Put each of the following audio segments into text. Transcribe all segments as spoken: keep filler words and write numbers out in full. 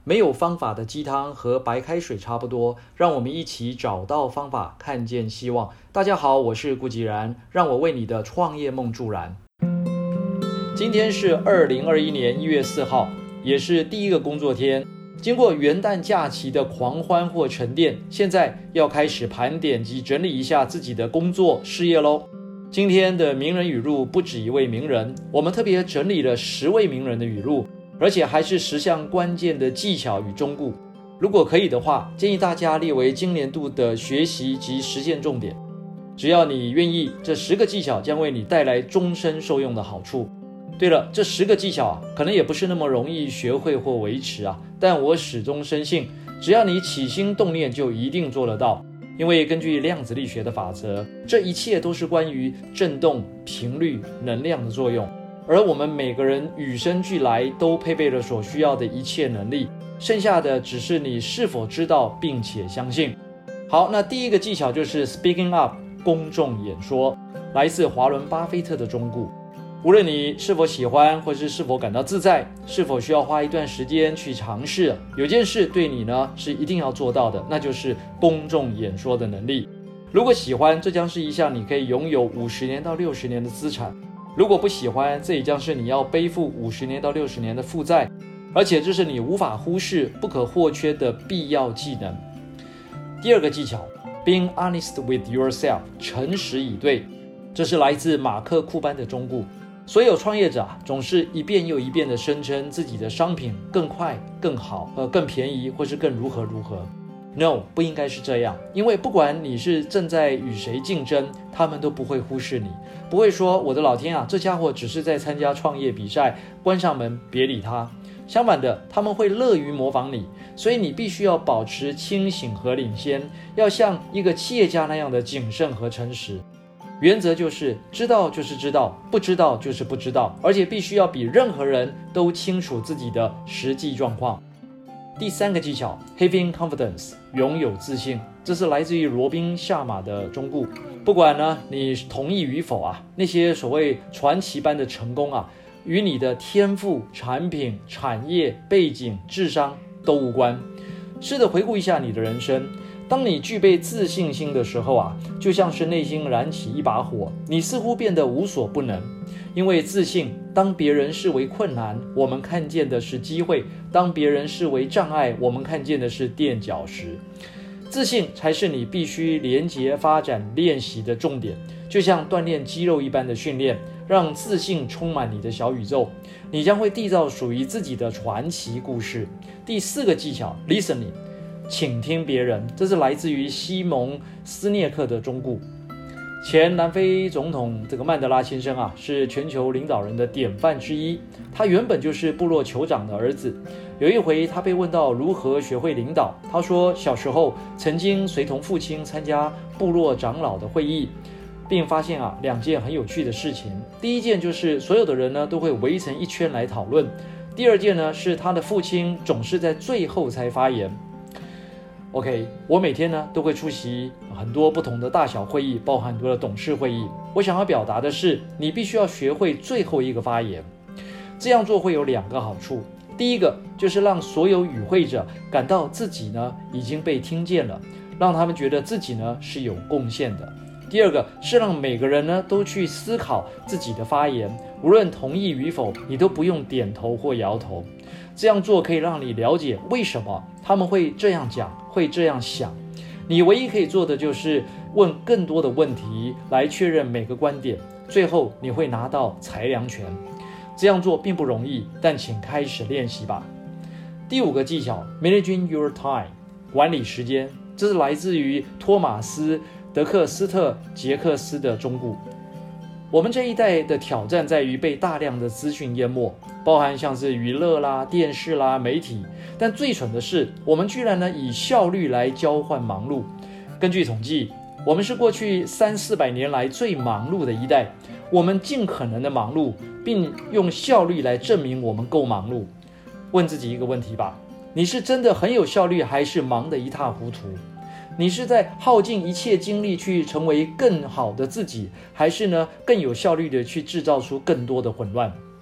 没有方法的鸡汤和白开水差不多，让我们一起找到方法，看见希望。大家好，我是顾吉然，让我为你的创业梦助燃。今天是二零二一年一月四号，也是第一个工作天。经过元旦假期的狂欢或沉淀，现在要开始盘点及整理一下自己的工作事业咯。今天的名人语录不止一位名人，我们特别整理了十位名人的语录，而且还是十项关键的技巧与忠告。如果可以的话，建议大家列为今年度的学习及实践重点。只要你愿意，这十个技巧将为你带来终身受用的好处。对了，这十个技巧啊，可能也不是那么容易学会或维持啊，但我始终深信，只要你起心动念，就一定做得到。因为根据量子力学的法则，这一切都是关于振动、频率、能量的作用。而我们每个人与生俱来都配备了所需要的一切能力，剩下的只是你是否知道并且相信。好，那第一个技巧就是 Speaking Up 公众演说，来自华伦巴菲特的忠告。无论你是否喜欢，或是是否感到自在，是否需要花一段时间去尝试，有件事对你呢是一定要做到的，那就是公众演说的能力。如果喜欢，这将是一项你可以拥有五十年到六十年的资产；如果不喜欢，这也将是你要背负五十年到六十年的负债，而且这是你无法忽视、不可或缺的必要技能。第二个技巧 Being honest with yourself 诚实以对，这是来自马克库班的忠告。所有创业者啊，总是一遍又一遍地声称自己的商品更快、更好、呃、更便宜，或是更如何如何。No， 不应该是这样，因为不管你是正在与谁竞争，他们都不会忽视你，不会说我的老天啊，这家伙只是在参加创业比赛，关上门别理他。相反的，他们会乐于模仿你，所以你必须要保持清醒和领先，要像一个企业家那样的谨慎和诚实。原则就是知道就是知道，不知道就是不知道，而且必须要比任何人都清楚自己的实际状况。第三个技巧 Having confidence 拥有自信，这是来自于罗宾夏马的忠告。不管呢你同意与否啊，那些所谓传奇般的成功啊，与你的天赋、产品、产业、背景、智商都无关。试着回顾一下你的人生，当你具备自信心的时候啊，就像是内心燃起一把火，你似乎变得无所不能。因为自信，当别人视为困难，我们看见的是机会；当别人视为障碍，我们看见的是垫脚石。自信才是你必须连结、发展、练习的重点，就像锻炼肌肉一般的训练，让自信充满你的小宇宙，你将会缔造属于自己的传奇故事。第四个技巧 Listening倾听别人，这是来自于西蒙斯涅克的忠告。前南非总统这个曼德拉先生啊，是全球领导人的典范之一。他原本就是部落酋长的儿子。有一回他被问到如何学会领导，他说小时候曾经随同父亲参加部落长老的会议，并发现啊两件很有趣的事情。第一件就是所有的人呢都会围成一圈来讨论。第二件呢是他的父亲总是在最后才发言。OK， 我每天呢都会出席很多不同的大小会议，包含很多的董事会议。我想要表达的是，你必须要学会最后一个发言。这样做会有两个好处。第一个就是让所有与会者感到自己呢已经被听见了，让他们觉得自己呢是有贡献的。第二个是让每个人呢都去思考自己的发言，无论同意与否，你都不用点头或摇头。这样做可以让你了解为什么他们会这样讲，会这样想。你唯一可以做的就是问更多的问题来确认每个观点，最后你会拿到裁量权。这样做并不容易，但请开始练习吧。第五个技巧 Managing your time 管理时间，这是来自于托马斯德克斯特杰克斯的忠告。我们这一代的挑战在于被大量的资讯淹没，包含像是娱乐啦、电视啦、媒体，但最蠢的是，我们居然呢以效率来交换忙碌。根据统计，我们是过去三四百年来最忙碌的一代，我们尽可能的忙碌，并用效率来证明我们够忙碌。问自己一个问题吧，你是真的很有效率，还是忙得一塌糊涂？你是在耗尽一切精力去成为更好的自己，还是呢更有效率的去制造出更多的混乱？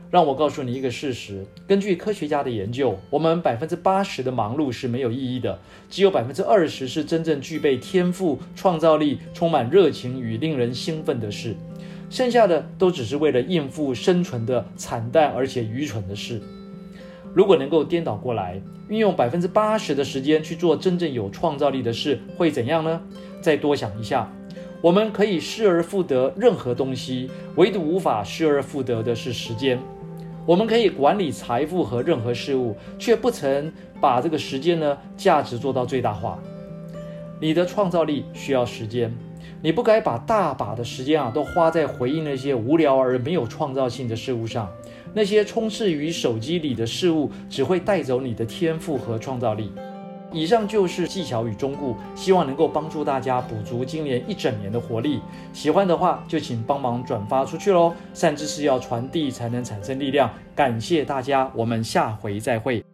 让我告诉你一个事实，根据科学家的研究，我们 百分之八十 的忙碌是没有意义的，只有 百分之二十 是真正具备天赋、创造力、充满热情与令人兴奋的事，剩下的都只是为了应付生存的惨淡而且愚蠢的事。如果能够颠倒过来，运用 百分之八十 的时间去做真正有创造力的事，会怎样呢？再多想一下，我们可以失而复得任何东西，唯独无法失而复得的是时间。我们可以管理财富和任何事物，却不曾把这个时间呢价值做到最大化。你的创造力需要时间，你不该把大把的时间啊都花在回应那些无聊而没有创造性的事物上。那些充斥于手机里的事物只会带走你的天赋和创造力。以上就是技巧与忠告，希望能够帮助大家补足今年一整年的活力。喜欢的话就请帮忙转发出去咯，善知识要传递才能产生力量。感谢大家，我们下回再会。